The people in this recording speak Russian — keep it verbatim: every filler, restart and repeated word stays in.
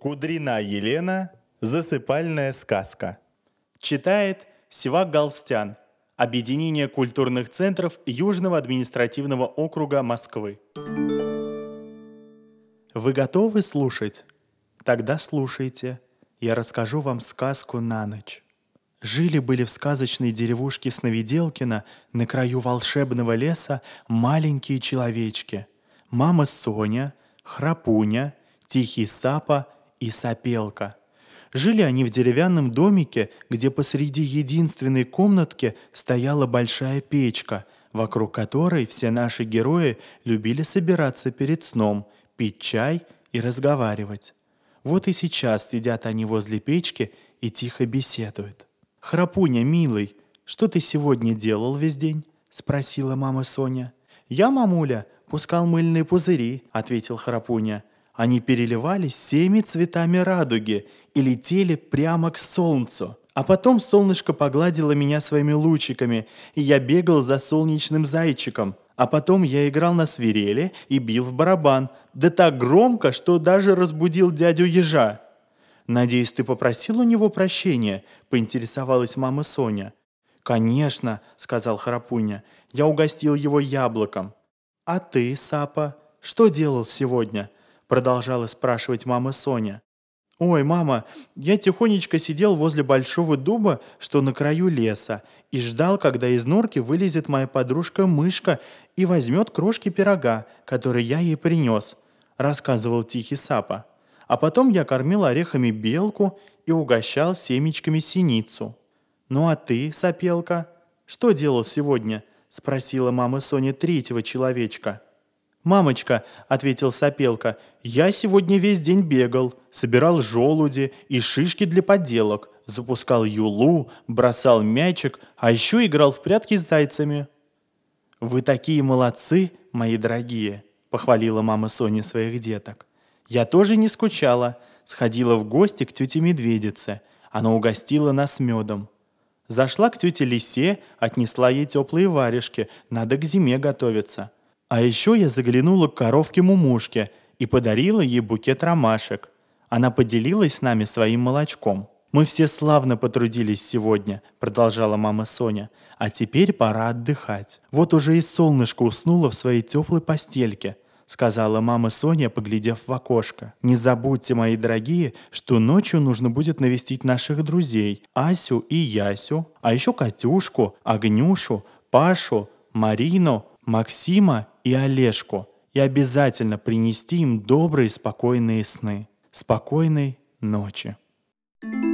Кудрина Елена. Засыпальная сказка. Читает Севак Галстян. Объединение культурных центров Южного административного округа Москвы. Вы готовы слушать? Тогда слушайте. Я расскажу вам сказку на ночь. Жили-были в сказочной деревушке Сновиделкино на краю волшебного леса маленькие человечки. Мама Соня, Храпуня, Тихий Сапа и Сопелка. Жили они в деревянном домике, где посреди единственной комнатки стояла большая печка, вокруг которой все наши герои любили собираться перед сном, пить чай и разговаривать. Вот и сейчас сидят они возле печки и тихо беседуют. «Храпуня, милый, что ты сегодня делал весь день?» – спросила мама Соня. «Я, мамуля, пускал мыльные пузыри», – ответил Храпуня. Они переливались всеми цветами радуги и летели прямо к солнцу. А потом солнышко погладило меня своими лучиками, и я бегал за солнечным зайчиком. А потом я играл на свирели и бил в барабан, да так громко, что даже разбудил дядю ежа. «Надеюсь, ты попросил у него прощения?» – поинтересовалась мама Соня. «Конечно», – сказал Храпуня, – «я угостил его яблоком». «А ты, Сапа, что делал сегодня?» – продолжала спрашивать мама Соня. «Ой, мама, я тихонечко сидел возле большого дуба, что на краю леса, и ждал, когда из норки вылезет моя подружка-мышка и возьмет крошки пирога, который я ей принес», – рассказывал Тихий Сапа. «А потом я кормил орехами белку и угощал семечками синицу». «Ну а ты, Сопелка, что делал сегодня?» – спросила мама Соня третьего человечка. «Мамочка», — ответил Сопелка, — «я сегодня весь день бегал, собирал желуди и шишки для поделок, запускал юлу, бросал мячик, а еще играл в прятки с зайцами». «Вы такие молодцы, мои дорогие», — похвалила мама Соня своих деток. «Я тоже не скучала, сходила в гости к тете Медведице, она угостила нас медом. Зашла к тете Лисе, отнесла ей теплые варежки, надо к зиме готовиться. А еще я заглянула к коровке Мумушке и подарила ей букет ромашек. Она поделилась с нами своим молочком. Мы все славно потрудились сегодня», — продолжала мама Соня. «А теперь пора отдыхать. Вот уже и солнышко уснуло в своей теплой постельке», — сказала мама Соня, поглядев в окошко. «Не забудьте, мои дорогие, что ночью нужно будет навестить наших друзей Асю и Ясю, а еще Катюшку, Агнюшу, Пашу, Марину, Максима и Олежку, и обязательно принести им добрые спокойные сны. Спокойной ночи».